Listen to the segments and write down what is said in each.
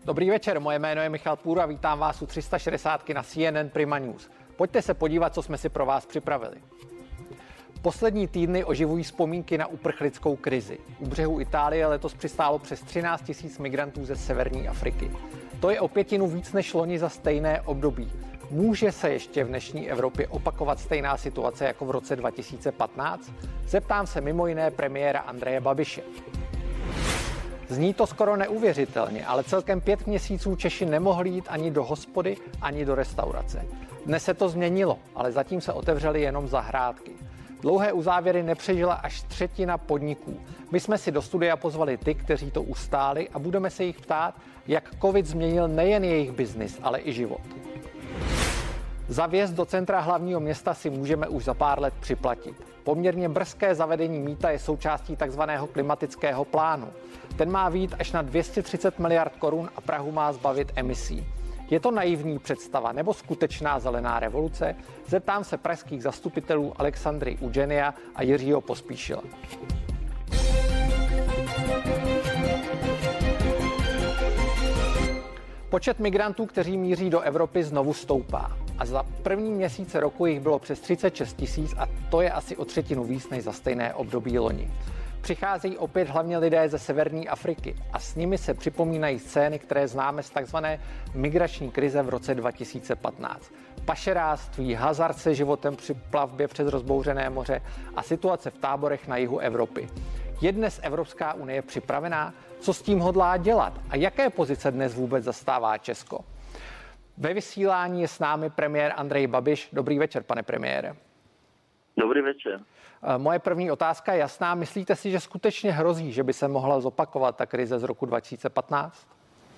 Dobrý večer, moje jméno je Michal Půra, vítám vás u 360 na CNN Prima News. Pojďte se podívat, co jsme si pro vás připravili. Poslední týdny oživují vzpomínky na uprchlickou krizi. U břehu Itálie letos přistálo přes 13 000 migrantů ze severní Afriky. To je o 5% víc než loni za stejné období. Může se ještě v dnešní Evropě opakovat stejná situace jako v roce 2015? Zeptám se mimo jiné premiéra Andreje Babiše. Zní to skoro neuvěřitelně, ale celkem 5 měsíců Češi nemohli jít ani do hospody, ani do restaurace. Dnes se to změnilo, ale zatím se otevřely jenom zahrádky. Dlouhé uzávěry nepřežila až 1/3 podniků. My jsme si do studia pozvali ty, kteří to ustáli, a budeme se jich ptát, jak covid změnil nejen jejich biznis, ale i život. Za vjezd do centra hlavního města si můžeme už za pár let připlatit. Poměrně brzké zavedení mýta je součástí takzvaného klimatického plánu. Ten má vyjít až na 230 miliard korun a Prahu má zbavit emisí. Je to naivní představa nebo skutečná zelená revoluce? Zeptám se pražských zastupitelů Alexandry Udženia a Jiřího Pospíšila. Počet migrantů, kteří míří do Evropy, znovu stoupá. A za první měsíce roku jich bylo přes 36 000 a to je asi o 1/3 víc než za stejné období loni. Přicházejí opět hlavně lidé ze severní Afriky a s nimi se připomínají scény, které známe z takzvané migrační krize v roce 2015. Pašeráctví, hazard se životem při plavbě přes rozbouřené moře a situace v táborech na jihu Evropy. Je dnes Evropská unie připravená? Co s tím hodlá dělat? A jaké pozice dnes vůbec zastává Česko? Ve vysílání je s námi premiér Andrej Babiš. Dobrý večer, pane premiére. Dobrý večer. Moje první otázka je jasná. Myslíte si, že skutečně hrozí, že by se mohla zopakovat ta krize z roku 2015?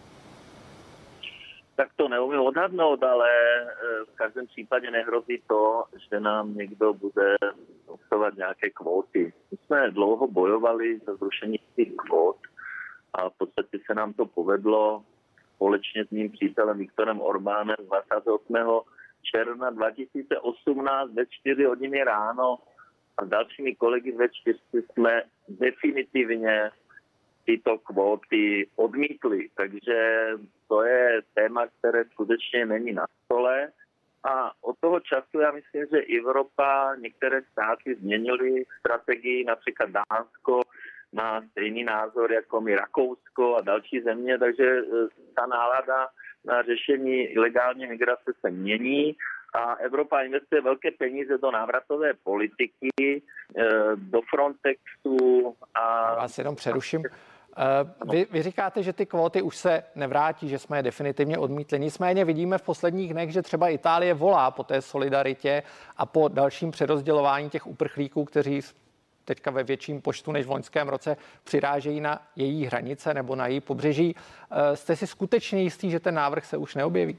Tak to neumím odhadnout, ale v každém případě nehrozí to, že nám někdo bude obsahovat nějaké kvóty. My jsme dlouho bojovali za zrušení těch kvót a v podstatě se nám to povedlo společně s mým přítelem Viktorem Orbánem 28. června 2018 ve 4 hodiny ráno a s dalšími kolegy ve 4 jsme definitivně tyto kvóty odmítli. Takže to je téma, které skutečně není na stole. A od toho času já myslím, že Evropa, některé státy změnily strategii, například Dánsko má stejný názor jako my Rakousko a další země, takže ta nálada na řešení ilegální migrace se mění a Evropa investuje velké peníze do návratové politiky, do Frontexu a... Vás jenom přeruším. Vy říkáte, že ty kvóty už se nevrátí, že jsme je definitivně odmítli. Nicméně vidíme v posledních dnech, že třeba Itálie volá po té solidaritě a po dalším přerozdělování těch uprchlíků, kteří teďka ve větším počtu než v loňském roce přirážejí na její hranice nebo na její pobřeží. Jste si skutečně jistý, že ten návrh se už neobjeví?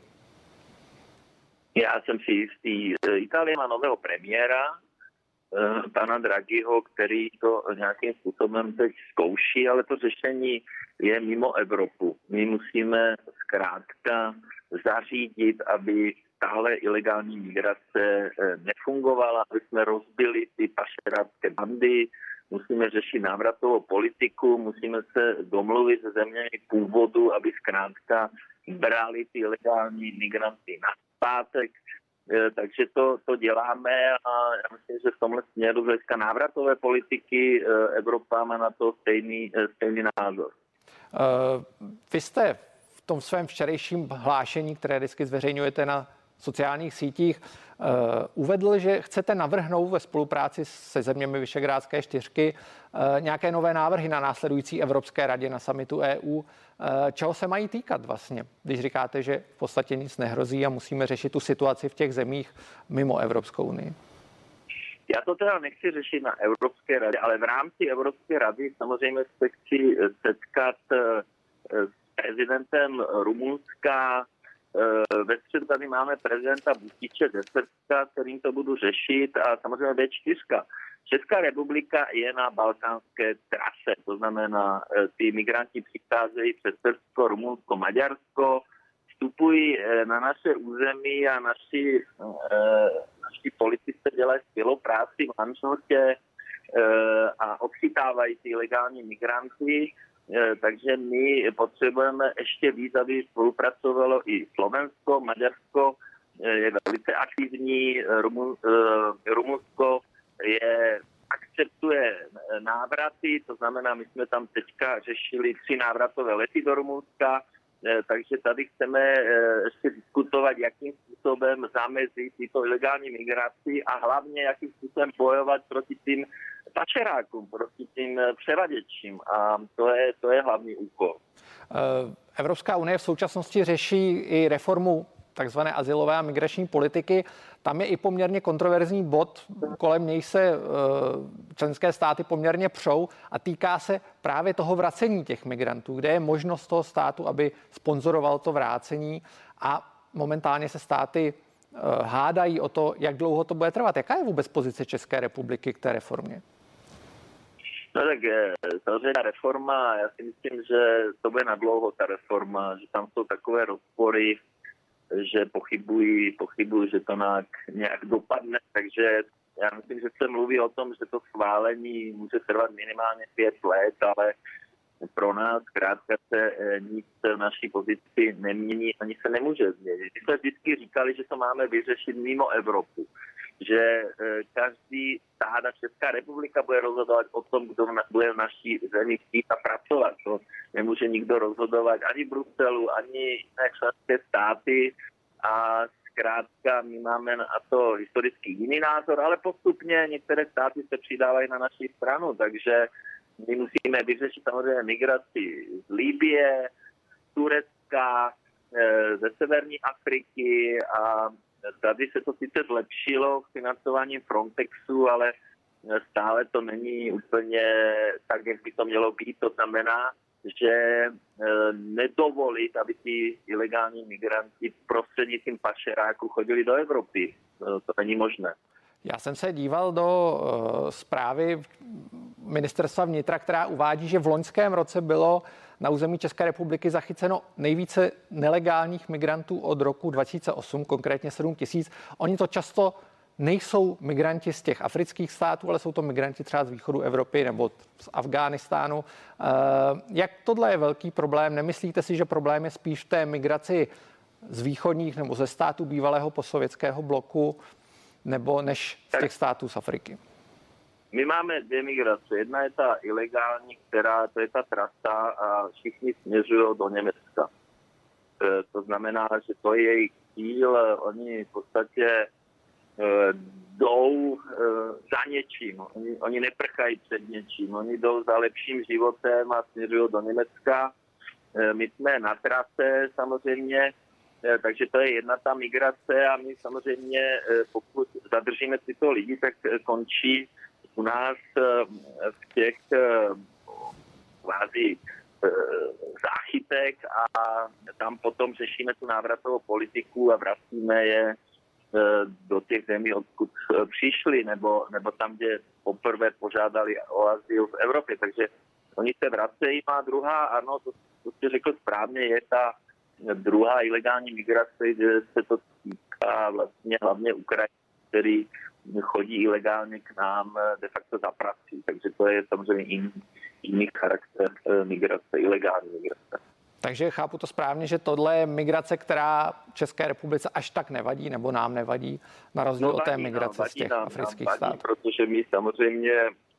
Já jsem si jistý. Itálie má nového premiéra, pana Draghiho, který to nějakým způsobem teď zkouší, ale to řešení je mimo Evropu. My musíme zkrátka zařídit, aby tahle ilegální migrace nefungovala, aby jsme rozbili ty pašerácké bandy, musíme řešit návratovou politiku, musíme se domluvit se zeměmi původu, aby zkrátka brali ty ilegální migranty nazpátek. Takže to děláme a já myslím, že v tomhle směru z hlediska návratové politiky Evropa má na to stejný názor. Vy jste v tom svém včerejším hlášení, které vždycky zveřejňujete na sociálních sítích, uvedl, že chcete navrhnout ve spolupráci se zeměmi Visegrádské čtyřky nějaké nové návrhy na následující Evropské radě na summitu EU. Čeho se mají týkat vlastně, když říkáte, že v podstatě nic nehrozí a musíme řešit tu situaci v těch zemích mimo Evropskou unii? Já to teda nechci řešit na Evropské radě, ale v rámci Evropské rady samozřejmě se chci setkat s prezidentem Rumunska. Ve středu tady máme prezidenta Vučiče ze Srbska, kterým to budu řešit a samozřejmě V4. Česká republika je na balkánské trase, to znamená, ty migranti přicházejí přes Srbsko, Rumunsko, Maďarsko, vstupují na naše území a naši policisté dělají skvělou práci v Manželtě a odchytávají ty ilegální migranty. takže my potřebujeme ještě víc, aby spolupracovalo i Slovensko, Maďarsko je velice aktivní, Rumunsko akceptuje návraty, to znamená, my jsme tam teďka řešili 3 návratové lety do Rumunska, takže tady chceme ještě diskutovat, jakým způsobem zamezit tyto ilegální migraci a hlavně jakým způsobem bojovat proti tým pašerákům, proti tým převaděčím a to je hlavní úkol. Evropská unie v současnosti řeší i reformu takzvané azylové a migrační politiky. Tam je i poměrně kontroverzní bod, kolem něj se členské státy poměrně přou a týká se právě toho vracení těch migrantů, kde je možnost toho státu, aby sponzoroval to vrácení a momentálně se státy hádají o to, jak dlouho to bude trvat. Jaká je vůbec pozice České republiky k té reformě? No tak samozřejmě ta reforma, já si myslím, že to bude nadlouho ta reforma, že tam jsou takové rozpory, že pochybuji, že to nějak dopadne, takže já myslím, že se mluví o tom, že to schválení může trvat minimálně 5 let, ale pro nás zkrátka se nic v naší pozici nemění, ani se nemůže změnit. My jsme vždycky říkali, že to máme vyřešit mimo Evropu, že každý stát a Česká republika bude rozhodovat o tom, kdo bude v naší zemi chtít a pracovat. To nemůže nikdo rozhodovat ani v Bruselu, ani jiné členské státy a zkrátka my máme na to historicky jiný názor, ale postupně některé státy se přidávají na naši stranu, takže my musíme vyřešit samozřejmě migraci z Libye, z Turecka, ze severní Afriky a tady se to sice zlepšilo financováním Frontexu, ale stále to není úplně tak, jak by to mělo být. To znamená, že nedovolit, aby ti ilegální migranti prostřednictvím pašeráků chodili do Evropy. To není možné. Já jsem se díval do zprávy ministerstva vnitra, která uvádí, že v loňském roce bylo na území České republiky zachyceno nejvíce nelegálních migrantů od roku 2008, konkrétně 7 000. Oni to často nejsou migranti z těch afrických států, ale jsou to migranti třeba z východu Evropy nebo z Afghánistánu. Jak tohle je velký problém? Nemyslíte si, že problém je spíš v té migraci z východních nebo ze států bývalého postsovětského bloku nebo než z těch států z Afriky? My máme 2 migrace. Jedna je ta ilegální, to je ta trasa a všichni směřují do Německa. To znamená, že to je jejich cíl. Oni v podstatě jdou za něčím. Oni neprchají před něčím. Oni jdou za lepším životem a směřují do Německa. My jsme na trase samozřejmě, takže to je jedna ta migrace a my samozřejmě, pokud zadržíme tyto lidi, tak končí u nás v těch kvázi záchytek a tam potom řešíme tu návratovou politiku a vracíme je do těch zemí, odkud přišli, nebo tam, kde poprvé požádali o azyl v Evropě. Takže oni se vracejí. A druhá, ano, to jste řekl správně, je ta druhá ilegální migrace, kde se to týká vlastně hlavně Ukrajiny, který chodí ilegálně k nám de facto za prací. Takže to je samozřejmě jiný charakter migrace, ilegální migrace. Takže chápu to správně, že tohle je migrace, která České republice až tak nevadí, nebo nám nevadí, na rozdíl od té migrace z těch afrických států. Protože my samozřejmě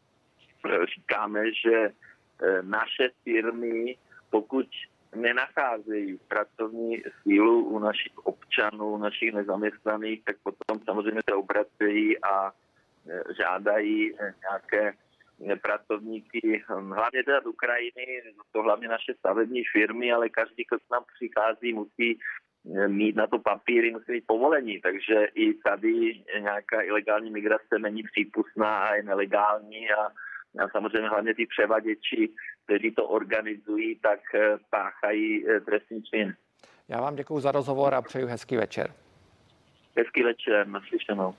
říkáme, že naše firmy, pokud nenacházejí pracovní sílu u našich občanů, u našich nezaměstnaných, tak potom samozřejmě se obracejí a žádají nějaké pracovníky, hlavně teda z Ukrajiny, to hlavně naše stavební firmy, ale každý, kdo nám přichází, musí mít na to papíry, musí mít povolení, takže i tady nějaká ilegální migrace není přípustná a je nelegální a samozřejmě hlavně ty převaděči, kteří to organizují, tak páchají trestný čin. Já vám děkuji za rozhovor a přeju hezký večer. Hezký večer, naslyšenou.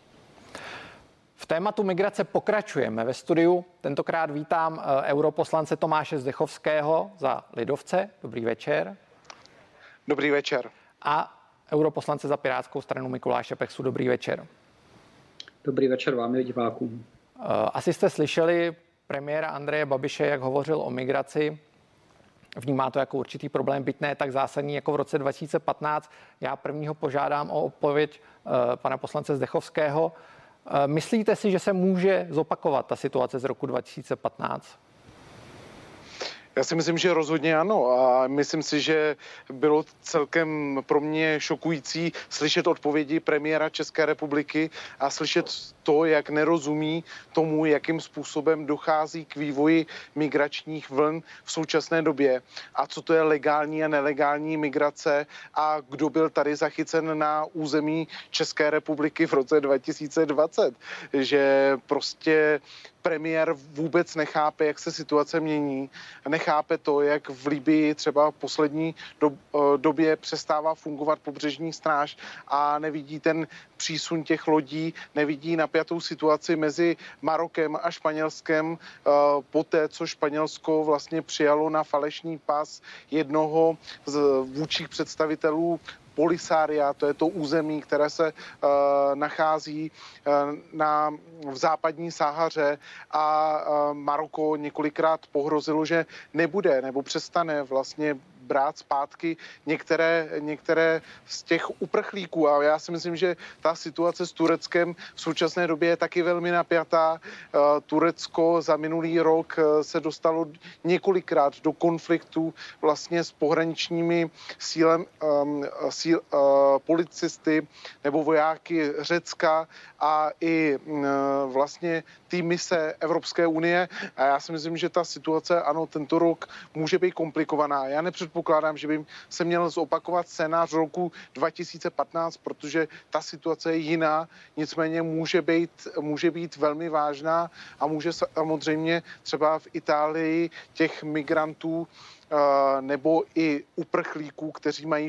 V tématu migrace pokračujeme. Ve studiu tentokrát vítám europoslance Tomáše Zdechovského za Lidovce. Dobrý večer. Dobrý večer. A europoslance za Pirátskou stranu Mikuláše Peksu. Dobrý večer. Dobrý večer vám i divákům. Asi jste slyšeli premiéra Andreje Babiše, jak hovořil o migraci. vnímá to jako určitý problém, byť ne tak zásadní jako v roce 2015. Já prvního požádám o odpověď pana poslance Zdechovského. Myslíte si, že se může zopakovat ta situace z roku 2015? Já si myslím, že rozhodně ano a myslím si, že bylo celkem pro mě šokující slyšet odpovědi premiéra České republiky a slyšet to, jak nerozumí tomu, jakým způsobem dochází k vývoji migračních vln v současné době a co to je legální a nelegální migrace a kdo byl tady zachycen na území České republiky v roce 2020. Že prostě premiér vůbec nechápe, jak se situace mění. Nechápe to, jak v Libyi třeba v poslední době přestává fungovat pobřežní stráž a nevidí ten přísun těch lodí, nevidí napjatou situaci mezi Marokem a Španělskem poté, co Španělsko vlastně přijalo na falešný pas jednoho z vůdčích představitelů Polisaria, to je to území, které se nachází v západní Sahaře a Maroko několikrát pohrozilo, že nebude nebo přestane vlastně brát zpátky některé z těch uprchlíků. A já si myslím, že ta situace s Tureckem v současné době je taky velmi napjatá. Turecko za minulý rok se dostalo několikrát do konfliktu vlastně s pohraničními policisty nebo vojáky Řecka a i vlastně ty mise Evropské unie. A já si myslím, že ta situace, ano, tento rok může být komplikovaná. Já nepředpokládám, že by se měl zopakovat scénář roku 2015, protože ta situace je jiná, nicméně může být velmi vážná a může samozřejmě třeba v Itálii těch migrantů nebo i uprchlíků, kteří mají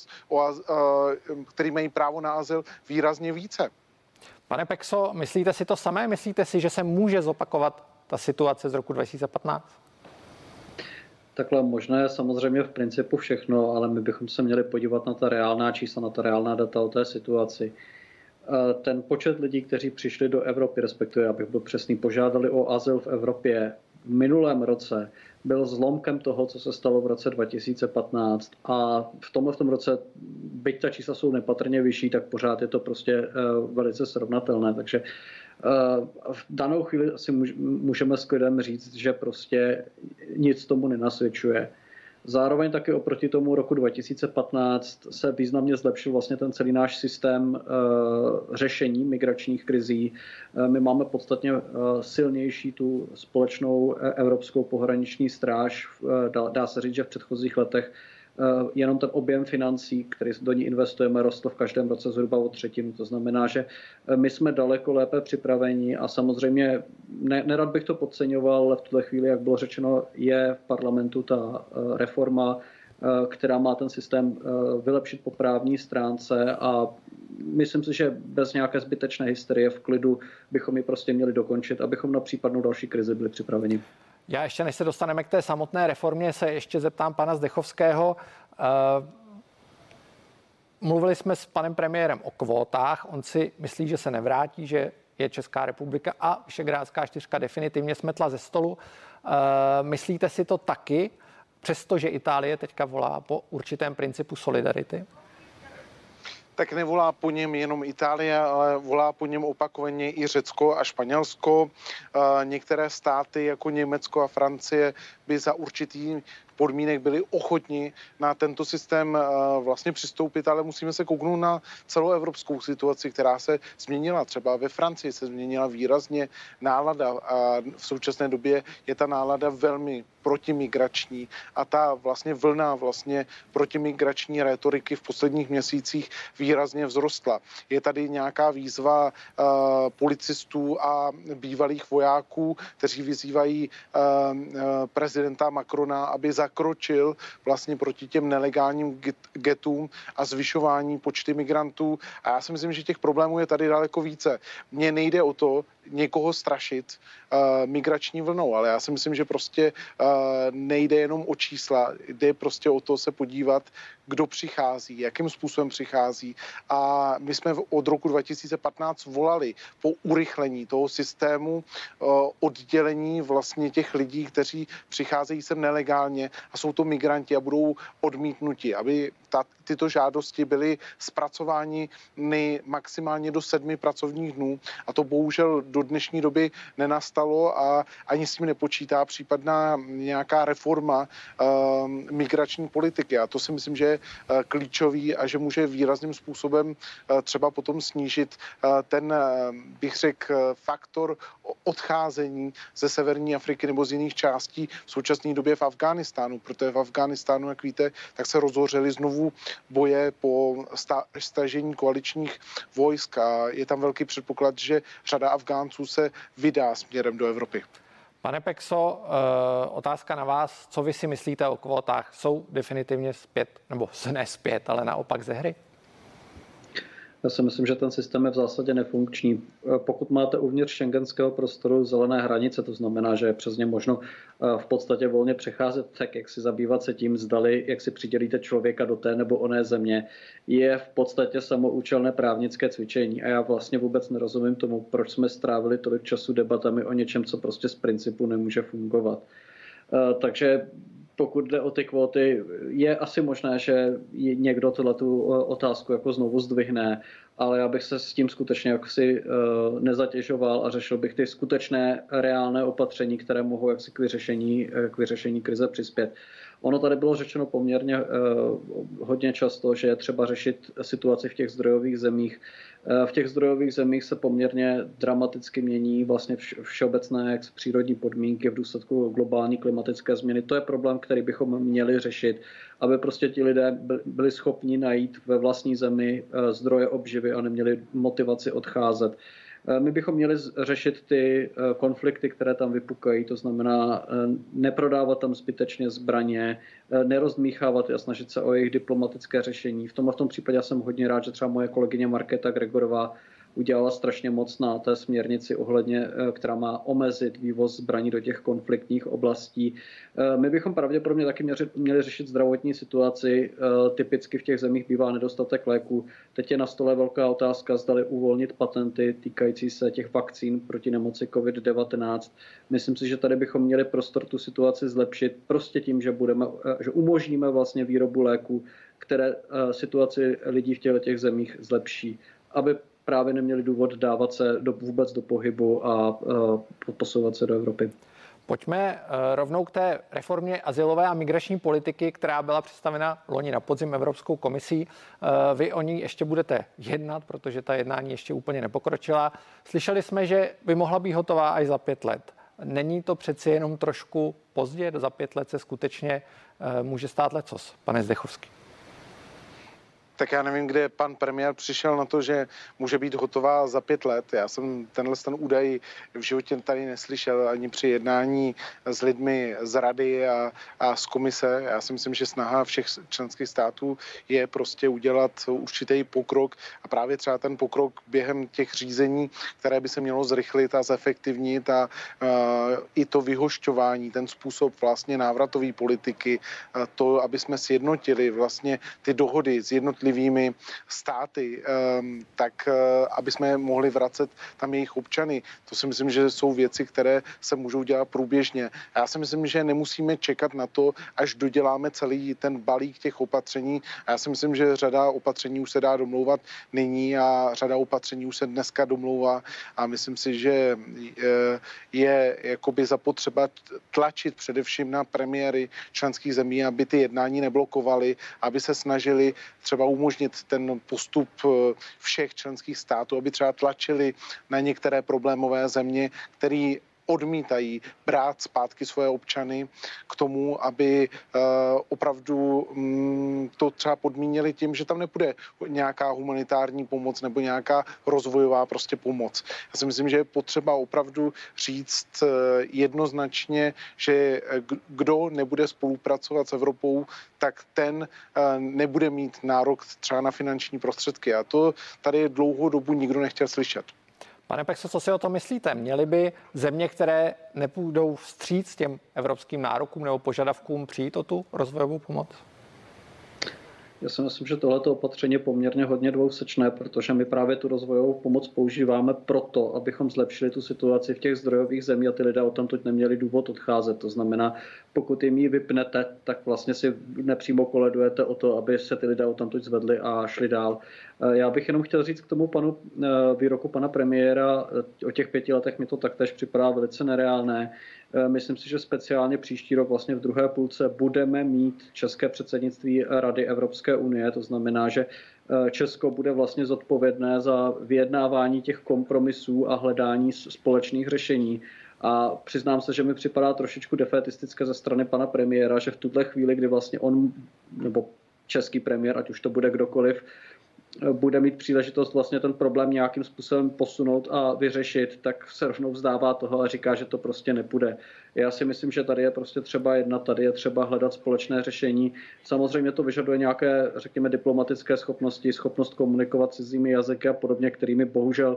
kteří mají právo na azyl, výrazně více. Pane Pekso, myslíte si to samé? Myslíte si, že se může zopakovat ta situace z roku 2015? Takhle možné je samozřejmě v principu všechno, ale my bychom se měli podívat na ta reálná čísla, na ta reálná data o té situaci. Ten počet lidí, kteří přišli do Evropy, respektive, abych byl přesný, požádali o azyl v Evropě v minulém roce, byl zlomkem toho, co se stalo v roce 2015 a v tomhle roce, byť ta čísla jsou nepatrně vyšší, tak pořád je to prostě velice srovnatelné, takže v danou chvíli si můžeme s klidem říct, že prostě nic tomu nenasvědčuje. Zároveň taky oproti tomu roku 2015 se významně zlepšil vlastně ten celý náš systém řešení migračních krizí. My máme podstatně silnější tu společnou evropskou pohraniční stráž. Dá se říct, že v předchozích letech jenom ten objem financí, který do ní investujeme, rostl v každém roce zhruba o třetinu. To znamená, že my jsme daleko lépe připraveni a samozřejmě nerad bych to podceňoval, ale v tuhle chvíli, jak bylo řečeno, je v parlamentu ta reforma, která má ten systém vylepšit po právní stránce a myslím si, že bez nějaké zbytečné hysterie v klidu bychom ji prostě měli dokončit, abychom na případnou další krizi byli připraveni. Já ještě, než se dostaneme k té samotné reformě, se ještě zeptám pana Zdechovského. Mluvili jsme s panem premiérem o kvótách. On si myslí, že se nevrátí, že je Česká republika a Visegrádská čtyřka definitivně smetla ze stolu. Myslíte si to taky, přestože Itálie teďka volá po určitém principu solidarity? Tak nevolá po něm jenom Itálie, ale volá po něm opakovaně i Řecko a Španělsko. Některé státy jako Německo a Francie by za určitý podmínek byli ochotni na tento systém vlastně přistoupit, ale musíme se kouknout na celou evropskou situaci, která se změnila. Třeba ve Francii se změnila výrazně nálada a v současné době je ta nálada velmi protimigrační a ta vlastně vlna vlastně protimigrační rétoriky v posledních měsících výrazně vzrostla. Je tady nějaká výzva policistů a bývalých vojáků, kteří vyzývají prezidenta Macrona, aby zakročil vlastně proti těm nelegálním getům a zvyšování počty migrantů. A já si myslím, že těch problémů je tady daleko více. Mně nejde o to, někoho strašit migrační vlnou, ale já si myslím, že prostě nejde jenom o čísla, jde prostě o to se podívat, kdo přichází, jakým způsobem přichází. A my jsme od roku 2015 volali po urychlení toho systému oddělení vlastně těch lidí, kteří přicházejí sem nelegálně a jsou to migranti a budou odmítnuti, aby tyto žádosti byly zpracovány maximálně do 7 pracovních dnů. A to bohužel do dnešní doby nenastalo a ani s tím nepočítá případná nějaká reforma migrační politiky. A to si myslím, že je klíčový a že může výrazným způsobem třeba potom snížit ten, bych řekl, faktor odcházení ze severní Afriky nebo z jiných částí v současné době v Afghánistánu, protože v Afghánistánu, jak víte, tak se rozhořely znovu boje po stažení koaličních vojsk a je tam velký předpoklad, že řada Afgánců se vydá směrem do Evropy. Pane Pekso, otázka na vás. Co vy si myslíte o kvótách? Jsou definitivně zpět, nebo ne zpět, ale naopak ze hry? Já si myslím, že ten systém je v zásadě nefunkční. Pokud máte uvnitř šengenského prostoru zelené hranice, to znamená, že je přes ně možno v podstatě volně přecházet, tak jak si zabývat se tím, zdali, jak si přidělíte člověka do té nebo oné země, je v podstatě samoučelné právnické cvičení. A já vlastně vůbec nerozumím tomu, proč jsme strávili tolik času debatami o něčem, co prostě z principu nemůže fungovat. Takže pokud jde o ty kvóty, je asi možné, že někdo tu otázku jako znovu zdvihne, ale já bych se s tím skutečně jaksi nezatěžoval a řešil bych ty skutečné reálné opatření, které mohou jaksi k vyřešení krize přispět. Ono tady bylo řečeno poměrně hodně často, že je třeba řešit situaci v těch zdrojových zemích. V těch zdrojových zemích se poměrně dramaticky mění vlastně všeobecné přírodní podmínky v důsledku globální klimatické změny. To je problém, který bychom měli řešit, aby prostě ti lidé byli schopni najít ve vlastní zemi zdroje obživy a neměli motivaci odcházet. My bychom měli řešit ty konflikty, které tam vypukají, to znamená neprodávat tam zbytečně zbraně, nerozdmíchávat a snažit se o jejich diplomatické řešení. V tom případě já jsem hodně rád, že třeba moje kolegyně Markéta Gregorová udělala strašně moc na té směrnici ohledně, která má omezit vývoz zbraní do těch konfliktních oblastí. My bychom pravděpodobně taky měli řešit zdravotní situaci. Typicky v těch zemích bývá nedostatek léků. Teď je na stole velká otázka, zdali uvolnit patenty týkající se těch vakcín proti nemoci COVID-19. Myslím si, že tady bychom měli prostor tu situaci zlepšit prostě tím, že umožníme vlastně výrobu léků, které situaci lidí v těch zemích zlepší, aby právě neměli důvod dávat se vůbec do pohybu a posouvat se do Evropy. Pojďme rovnou k té reformě azylové a migrační politiky, která byla představena loni na podzim Evropskou komisí. Vy o ní ještě budete jednat, protože ta jednání ještě úplně nepokročila. Slyšeli jsme, že by mohla být hotová až za 5 let. Není to přeci jenom trošku pozdě? Za 5 let se skutečně může stát lecos, pane Zdechovský. Tak já nevím, kde pan premiér přišel na to, že může být hotová za 5 let. Já jsem ten údaj v životě tady neslyšel ani při jednání s lidmi z rady a z komise. Já si myslím, že snaha všech členských států je prostě udělat určitý pokrok a právě třeba ten pokrok během těch řízení, které by se mělo zrychlit a zefektivnit a i to vyhošťování, ten způsob vlastně návratové politiky, to, aby jsme sjednotili vlastně ty dohody s jednotlivými státy, tak aby jsme mohli vracet tam jejich občany. To si myslím, že jsou věci, které se můžou dělat průběžně. A já si myslím, že nemusíme čekat na to, až doděláme celý ten balík těch opatření. A já si myslím, že řada opatření už se dá domlouvat nyní a řada opatření už se dneska domlouvá a myslím si, že je jakoby zapotřeba tlačit především na premiéry členských zemí, aby ty jednání neblokovaly, aby se snažili třeba umožnit ten postup všech členských států, aby třeba tlačili na některé problémové země, které odmítají brát zpátky svoje občany k tomu, aby opravdu to třeba podmínili tím, že tam nebude nějaká humanitární pomoc nebo nějaká rozvojová prostě pomoc. Já si myslím, že je potřeba opravdu říct jednoznačně, že kdo nebude spolupracovat s Evropou, tak ten nebude mít nárok třeba na finanční prostředky. A to tady dlouhou dobu nikdo nechtěl slyšet. Pane Pexo, co si o tom myslíte? Měly by země, které nepůjdou vstříc těm evropským nárokům nebo požadavkům, přijít o tu rozvojovou pomoc? Já si myslím, že tohleto opatření je poměrně hodně dvousečné, protože my právě tu rozvojovou pomoc používáme proto, abychom zlepšili tu situaci v těch zdrojových zemích a ty lidé odtamtud neměli důvod odcházet. To znamená, pokud jim ji vypnete, tak vlastně si nepřímo koledujete o to, aby se ty lidé odtamtud zvedli a šli dál. Já bych jenom chtěl říct k tomu výroku pana premiéra o těch 5 letech, mi to taktéž připadá velice nereálné. Myslím si, že speciálně příští rok vlastně v druhé půlce budeme mít české předsednictví Rady Evropské unie. To znamená, že Česko bude vlastně zodpovědné za vyjednávání těch kompromisů a hledání společných řešení. A přiznám se, že mi připadá trošičku defetistické ze strany pana premiéra, že v tuhle chvíli, kdy vlastně on, nebo český premiér, ať už to bude kdokoliv, bude mít příležitost vlastně ten problém nějakým způsobem posunout a vyřešit, tak se rovnou vzdává toho a říká, že to prostě nepůjde. Já si myslím, že tady je prostě třeba jednat, tady je třeba hledat společné řešení. Samozřejmě to vyžaduje nějaké, řekněme, diplomatické schopnosti, schopnost komunikovat cizími jazyky a podobně, kterými bohužel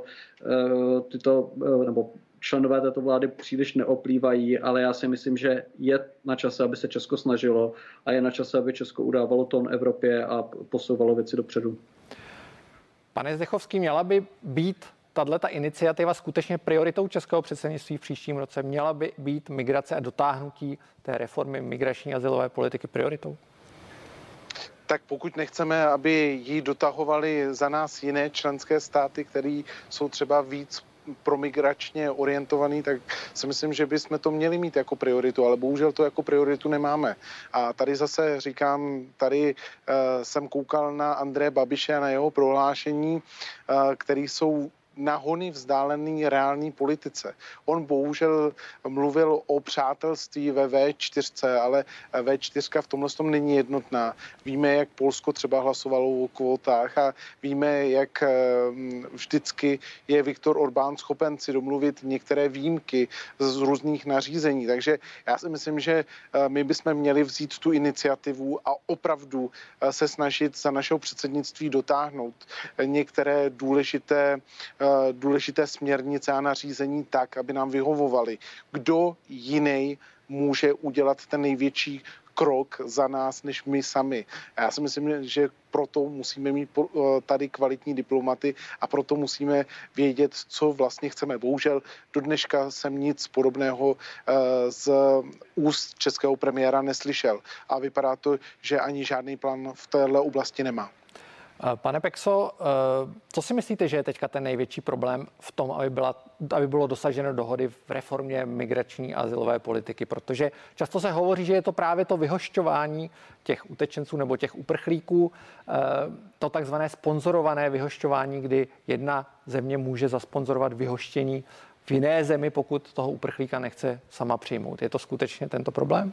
nebo členové této vlády příliš neoplývají, ale já si myslím, že je na čase, aby se Česko snažilo a je na čase, aby Česko udávalo tón Evropě a posouvalo věci dopředu. Pane Zdechovský, měla by být tato iniciativa skutečně prioritou českého předsednictví v příštím roce? Měla by být migrace a dotáhnutí té reformy migrační a azylové politiky prioritou? Tak pokud nechceme, aby ji dotahovali za nás jiné členské státy, které jsou třeba víc promigračně orientovaný, tak si myslím, že bychom to měli mít jako prioritu, ale bohužel to jako prioritu nemáme. A tady zase říkám, tady jsem koukal na Andreje Babiše a na jeho prohlášení, které jsou na hony vzdálený reální politice. On bohužel mluvil o přátelství ve V4, ale V4 v tomhle tom není jednotná. Víme, jak Polsko třeba hlasovalo o kvótách a víme, jak vždycky je Viktor Orbán schopen si domluvit některé výjimky z různých nařízení. Takže já si myslím, že my bychom měli vzít tu iniciativu a opravdu se snažit za našeho předsednictví dotáhnout některé důležité směrnice a nařízení tak, aby nám vyhovovaly. Kdo jiný může udělat ten největší krok za nás, než my sami. A já si myslím, že proto musíme mít tady kvalitní diplomaty a proto musíme vědět, co vlastně chceme. Bohužel do dneška jsem nic podobného z úst českého premiéra neslyšel. A vypadá to, že ani žádný plán v téhle oblasti nemá. Pane Pexo, co si myslíte, že je teďka ten největší problém v tom, aby bylo dosaženo dohody v reformě migrační a azylové politiky? Protože často se hovoří, že je to právě to vyhošťování těch utečenců nebo těch uprchlíků, to takzvané sponzorované vyhošťování, kdy jedna země může zasponzorovat vyhoštění v jiné zemi, pokud toho uprchlíka nechce sama přijmout. Je to skutečně tento problém?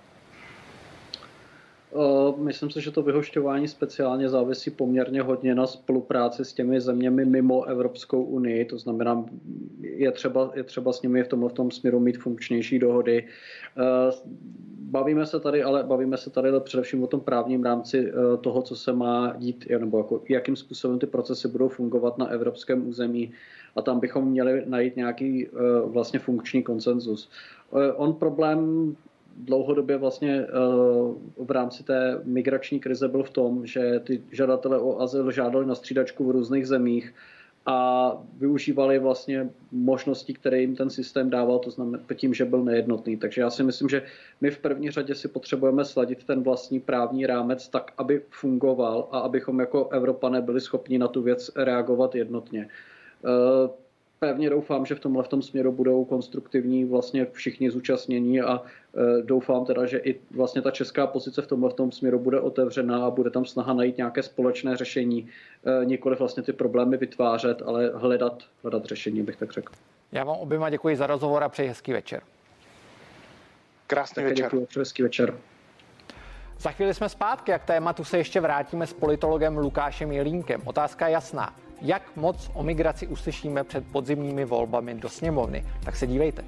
Myslím si, že to vyhošťování speciálně závisí poměrně hodně na spolupráci s těmi zeměmi mimo Evropskou unii. To znamená, je třeba s nimi v tomto směru mít funkčnější dohody. Bavíme se tady především o tom právním rámci toho, co se má dít, nebo jako, jakým způsobem ty procesy budou fungovat na evropském území. A tam bychom měli najít nějaký vlastně funkční konsenzus. On problém dlouhodobě vlastně v rámci té migrační krize byl v tom, že ty žadatelé o azyl žádali na střídačku v různých zemích a využívali vlastně možnosti, které jim ten systém dával, to znamená tím, že byl nejednotný. Takže já si myslím, že my v první řadě si potřebujeme sladit ten vlastní právní rámec tak, aby fungoval a abychom jako Evropané byli schopni na tu věc reagovat jednotně. Pevně doufám, že v tomto směru budou konstruktivní vlastně všichni zúčastnění a doufám teda, že i vlastně ta česká pozice v tomto směru bude otevřená a bude tam snaha najít nějaké společné řešení, nikoliv vlastně ty problémy vytvářet, ale hledat řešení, bych tak řekl. Já vám oběma děkuji za rozhovor a přeji hezký večer. Krásný večer. Děkuji, hezký večer. Za chvíli jsme zpátky a k tématu se ještě vrátíme s politologem Lukášem Jelínkem. Otázka je jasná. Jak moc o migraci uslyšíme před podzimními volbami do sněmovny? Tak se dívejte.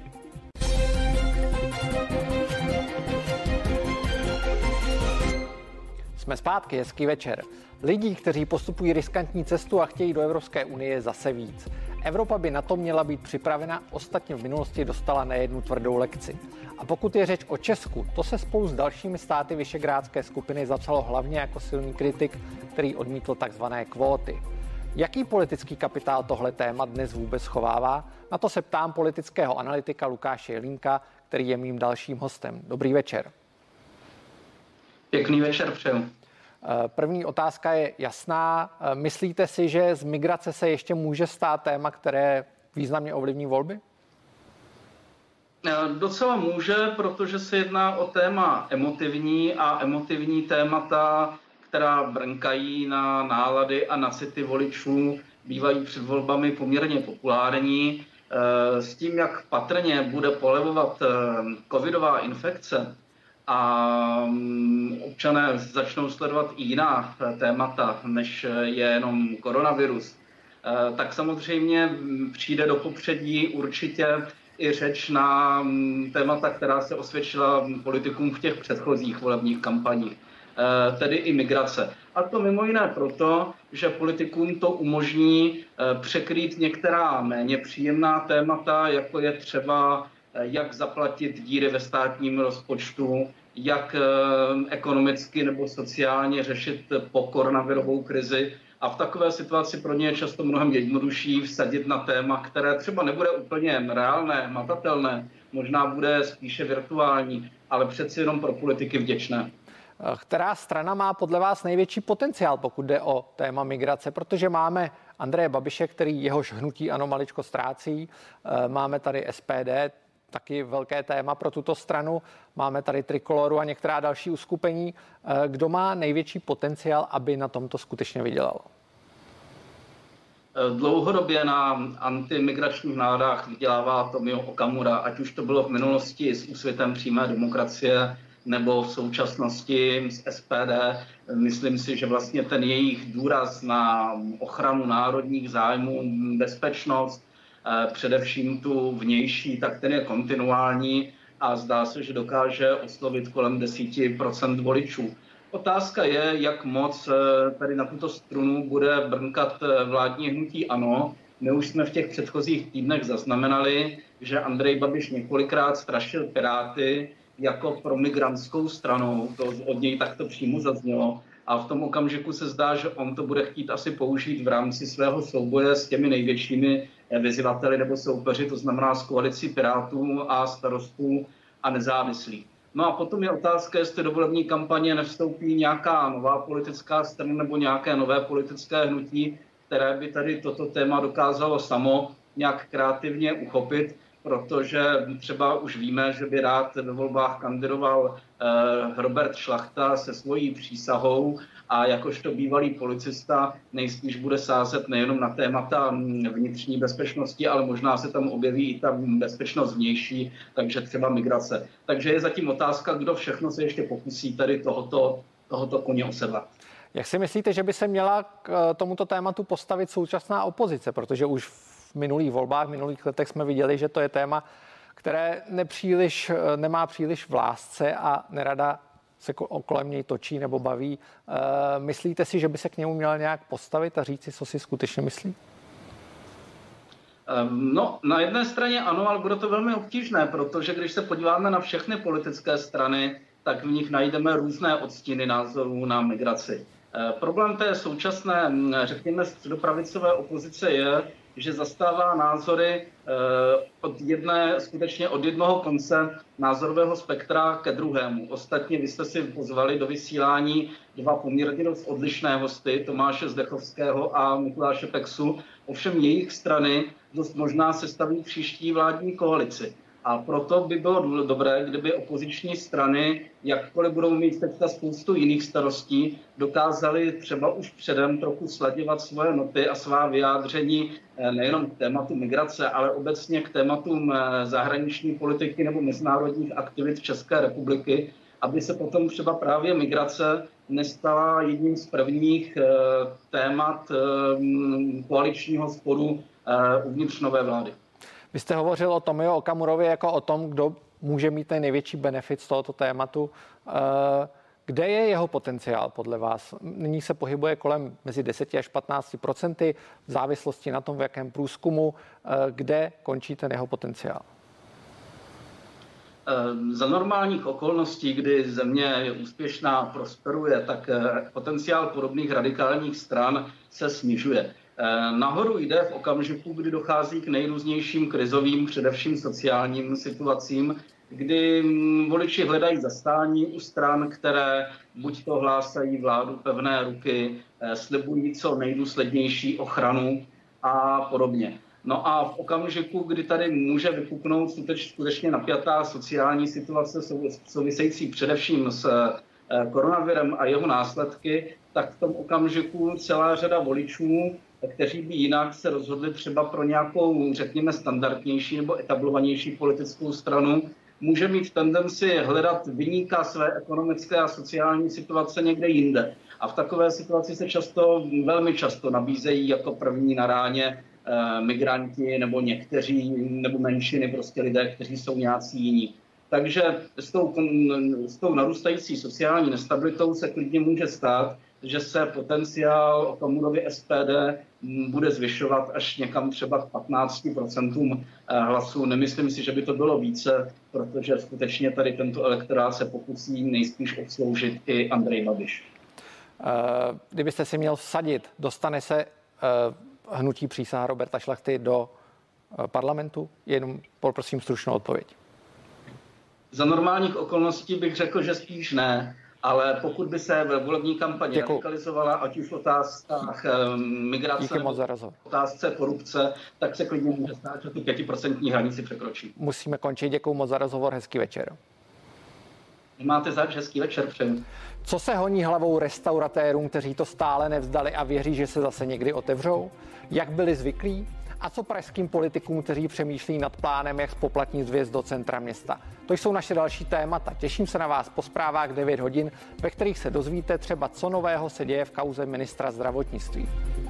Jsme zpátky, hezký večer. Lidí, kteří postupují riskantní cestu a chtějí do Evropské unie, je zase víc. Evropa by na to měla být připravena, ostatně v minulosti dostala nejednu tvrdou lekci. A pokud je řeč o Česku, to se spolu s dalšími státy Visegrádské skupiny zapsalo hlavně jako silný kritik, který odmítl takzvané kvóty. Jaký politický kapitál tohle téma dnes vůbec schovává? Na to se ptám politického analytika Lukáše Jelínka, který je mým dalším hostem. Dobrý večer. Pěkný večer přeju. První otázka je jasná. Myslíte si, že z migrace se ještě může stát téma, které významně ovlivní volby? Docela může, protože se jedná o téma emotivní a emotivní témata, která brnkají na nálady a na city voličů, bývají před volbami poměrně populární. S tím, jak patrně bude polevovat covidová infekce a občané začnou sledovat i jiná témata, než je jenom koronavirus, tak samozřejmě přijde do popředí určitě i řeč na témata, která se osvědčila politikům v těch předchozích volebních kampaních, tedy i migrace. A to mimo jiné proto, že politikům to umožní překrýt některá méně příjemná témata, jako je třeba jak zaplatit díry ve státním rozpočtu, jak ekonomicky nebo sociálně řešit pokoronavirovou krizi. A v takové situaci pro ně je často mnohem jednodušší vsadit na téma, které třeba nebude úplně reálné, matatelné, možná bude spíše virtuální, ale přeci jenom pro politiky vděčné. Která strana má podle vás největší potenciál, pokud jde o téma migrace? Protože máme Andreje Babiše, který jehož hnutí ANO maličko ztrácí, máme tady SPD, taky velké téma pro tuto stranu, máme tady Trikoloru a některá další uskupení. Kdo má největší potenciál, aby na tomto skutečně vydělal? Dlouhodobě na antimigračních náladách vydělává Tomio Okamura, ať už to bylo v minulosti s Úsvitem přímé demokracie nebo v současnosti s SPD. Myslím si, že vlastně ten jejich důraz na ochranu národních zájmů, bezpečnost, především tu vnější, tak ten je kontinuální a zdá se, že dokáže oslovit kolem 10% voličů. Otázka je, jak moc tady na tuto strunu bude brnkat vládní hnutí ANO. My už jsme v těch předchozích týdnech zaznamenali, že Andrej Babiš několikrát strašil Piráty jako promigrantskou stranou. To od něj takto přímo zaznělo. A v tom okamžiku se zdá, že on to bude chtít asi použít v rámci svého souboje s těmi největšími vyzývateli nebo soupeři, to znamená s koalicí Pirátů a Starostů a nezávislých. No a potom je otázka, jestli do volební kampaně nevstoupí nějaká nová politická strana nebo nějaké nové politické hnutí, které by tady toto téma dokázalo samo nějak kreativně uchopit, protože třeba už víme, že by rád ve volbách kandidoval Robert Šlachta se svojí přísahou a jakožto bývalý policista nejspíš bude sázet nejenom na témata vnitřní bezpečnosti, ale možná se tam objeví i ta bezpečnost vnější, takže třeba migrace. Takže je zatím otázka, kdo všechno se ještě pokusí tady tohoto koně osedlat. Jak si myslíte, že by se měla k tomuto tématu postavit současná opozice? Protože už v minulých volbách, v minulých letech jsme viděli, že to je téma, které nemá příliš v lásce a nerada se kolem něj točí nebo baví. Myslíte si, že by se k němu měl nějak postavit a říct si, co si skutečně myslí? No, na jedné straně ano, ale bude to velmi obtížné, protože když se podíváme na všechny politické strany, tak v nich najdeme různé odstíny názorů na migraci. Problém té současné, řekněme, středopravicové opozice je, že zastává názory skutečně od jednoho konce názorového spektra ke druhému. Ostatně vy jste si pozvali do vysílání dva poměrně dost odlišné hosty, Tomáše Zdechovského a Mikuláše Peksu. Ovšem jejich strany dost možná sestaví příští vládní koalici. A proto by bylo dobré, kdyby opoziční strany, jakkoliv budou mít teďka spoustu jiných starostí, dokázali třeba už předem trochu slaďovat svoje noty a svá vyjádření nejenom k tématu migrace, ale obecně k tématům zahraniční politiky nebo mezinárodních aktivit České republiky, aby se potom třeba právě migrace nestala jedním z prvních témat koaličního sporu uvnitř nové vlády. Vy jste hovořil o Tomio Okamurovi jako o tom, kdo může mít ten největší benefit z tohoto tématu. Kde je jeho potenciál podle vás? Nyní se pohybuje kolem mezi 10 až 15% v závislosti na tom, v jakém průzkumu. Kde končí ten jeho potenciál? Za normálních okolností, kdy země je úspěšná, prosperuje, tak potenciál podobných radikálních stran se snižuje. Nahoru jde v okamžiku, kdy dochází k nejrůznějším krizovým, především sociálním situacím, kdy voliči hledají zastání u stran, které buď to hlásají vládu pevné ruky, slibují co nejdůslednější ochranu a podobně. No a v okamžiku, kdy tady může vypuknout skutečně napjatá sociální situace související především s koronavirem a jeho následky, tak v tom okamžiku celá řada voličů, kteří by jinak se rozhodli třeba pro nějakou, řekněme, standardnější nebo etablovanější politickou stranu, může mít tendenci hledat viníka své ekonomické a sociální situace někde jinde. A v takové situaci se velmi často nabízejí jako první na ráně migranti nebo někteří, nebo menšiny, prostě lidé, kteří jsou nějací jiní. Takže s tou narůstající sociální nestabilitou se klidně může stát, že se potenciál Okamurovy SPD bude zvyšovat až někam třeba k 15% hlasů. Nemyslím si, že by to bylo více, protože skutečně tady tento elektorát se pokusí nejspíš obsloužit i Andrej Babiš. Kdybyste si měl vsadit, dostane se hnutí Přísaha Roberta Šlachty do parlamentu? Jenom poprosím stručnou odpověď. Za normálních okolností bych řekl, že spíš ne, ale pokud by se volební kampaně radikalizovala, ať už v otázkách migrace, otázce korupce, tak se klidně může stát, že tu 5% hranici překročí. Musíme končit. Děkuju moc za rozhovor. Hezký večer. Máte zač, hezký večer přeju. Co se honí hlavou restauratérům, kteří to stále nevzdali a věří, že se zase někdy otevřou? Jak byli zvyklí? A co pražským politikům, kteří přemýšlí nad plánem, jak zpoplatnit vjezd do centra města? To jsou naše další témata. Těším se na vás po zprávách 9 hodin, ve kterých se dozvíte třeba, co nového se děje v kauze ministra zdravotnictví.